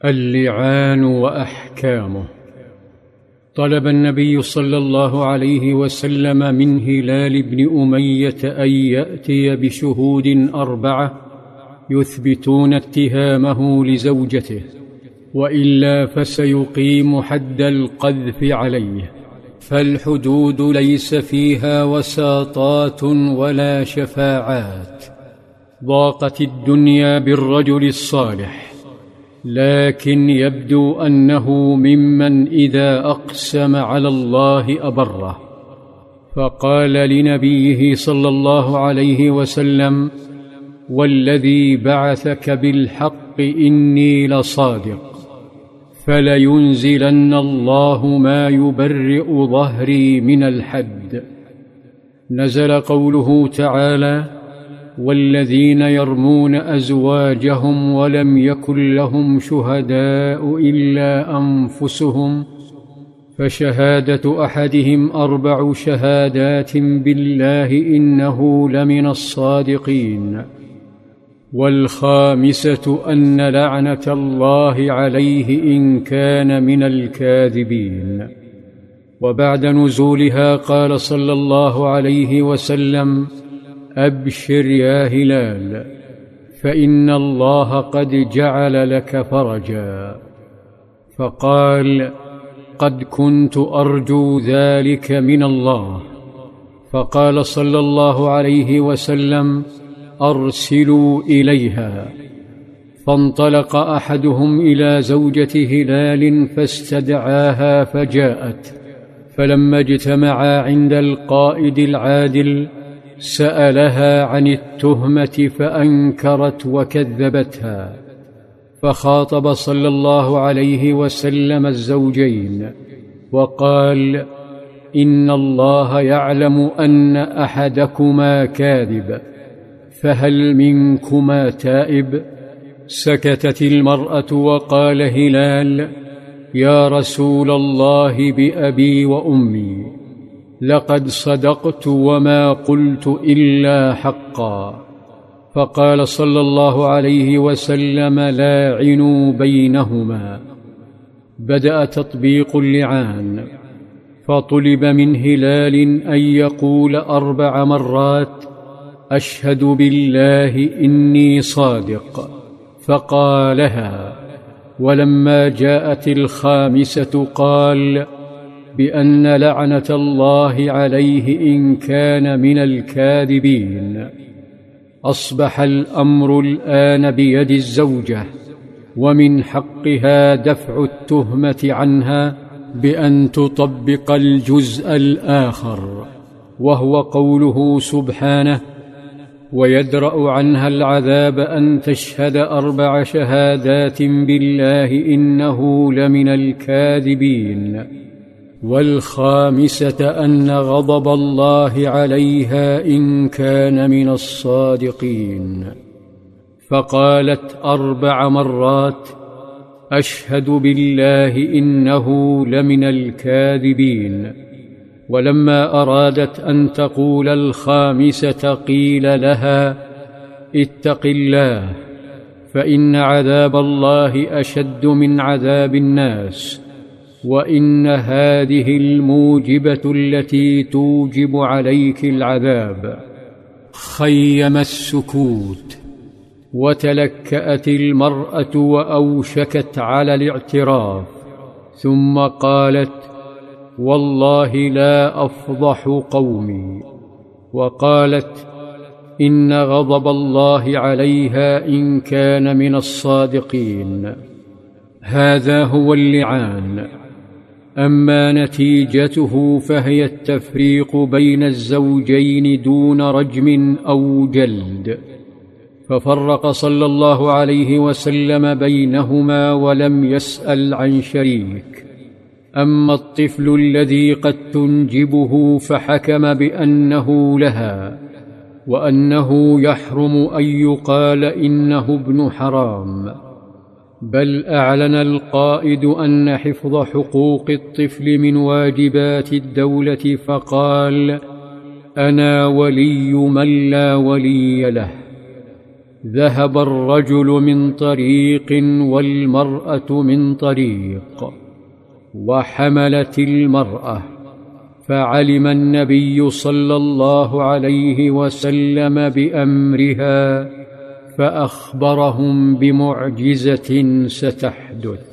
اللعان وأحكامه. طلب النبي صلى الله عليه وسلم من هلال بن أمية أن يأتي بشهود 4 يثبتون اتهامه لزوجته، وإلا فسيقيم حد القذف عليه. فالحدود ليس فيها وساطات ولا شفاعات. ضاقت الدنيا بالرجل الصالح، لكن يبدو أنه ممن إذا أقسم على الله أبره، فقال لنبيه صلى الله عليه وسلم: والذي بعثك بالحق إني لصادق، فلينزلن الله ما يبرئ ظهري من الحد. نزل قوله تعالى: والذين يرمون أزواجهم ولم يكن لهم شهداء إلا أنفسهم فشهادة أحدهم 4 شهادات بالله إنه لمن الصادقين، والخامسة أن لعنة الله عليه إن كان من الكاذبين. وبعد نزولها قال صلى الله عليه وسلم: أبشر يا هلال، فإن الله قد جعل لك فرجا. فقال: قد كنت أرجو ذلك من الله. فقال صلى الله عليه وسلم: أرسلوا إليها. فانطلق أحدهم إلى زوجة هلال فاستدعاها فجاءت، فلما اجتمعا عند القائد العادل سألها عن التهمة فأنكرت وكذبتها. فخاطب صلى الله عليه وسلم الزوجين وقال: إن الله يعلم أن أحدكما كاذب، فهل منكما تائب؟ سكتت المرأة وقال هلال: يا رسول الله بأبي وأمي، لقد صدقت وما قلت إلا حقا. فقال صلى الله عليه وسلم: لاعنوا بينهما. بدأ تطبيق اللعان، فطلب من هلال أن يقول 4 مرات: أشهد بالله إني صادق، فقالها. ولما جاءت الخامسة قال: بأن لعنة الله عليه إن كان من الكاذبين. أصبح الأمر الآن بيد الزوجة، ومن حقها دفع التهمة عنها بأن تطبق الجزء الآخر، وهو قوله سبحانه: ويدرأ عنها العذاب أن تشهد 4 شهادات بالله إنه لمن الكاذبين، والخامسة أن غضب الله عليها إن كان من الصادقين. فقالت 4 مرات: أشهد بالله إنه لمن الكاذبين. ولما أرادت أن تقول الخامسة قيل لها: اتق الله، فإن عذاب الله أشد من عذاب الناس، وإن هذه الموجبة التي توجب عليك العذاب. خيم السكوت، وتلكأت المرأة وأوشكت على الاعتراف، ثم قالت: والله لا أفضح قومي. وقالت: إن غضب الله عليها إن كان من الصادقين. هذا هو اللعان. أما نتيجته فهي التفريق بين الزوجين دون رجم أو جلد. ففرق صلى الله عليه وسلم بينهما ولم يسأل عن شريك. أما الطفل الذي قد تنجبه فحكم بأنه لها، وأنه يحرم أن يقال إنه ابن حرام، بل أعلن القائد أن حفظ حقوق الطفل من واجبات الدولة، فقال: أنا ولي من لا ولي له. ذهب الرجل من طريق والمرأة من طريق، وحملت المرأة، فعلم النبي صلى الله عليه وسلم بأمرها، فأخبرهم بمعجزة ستحدث.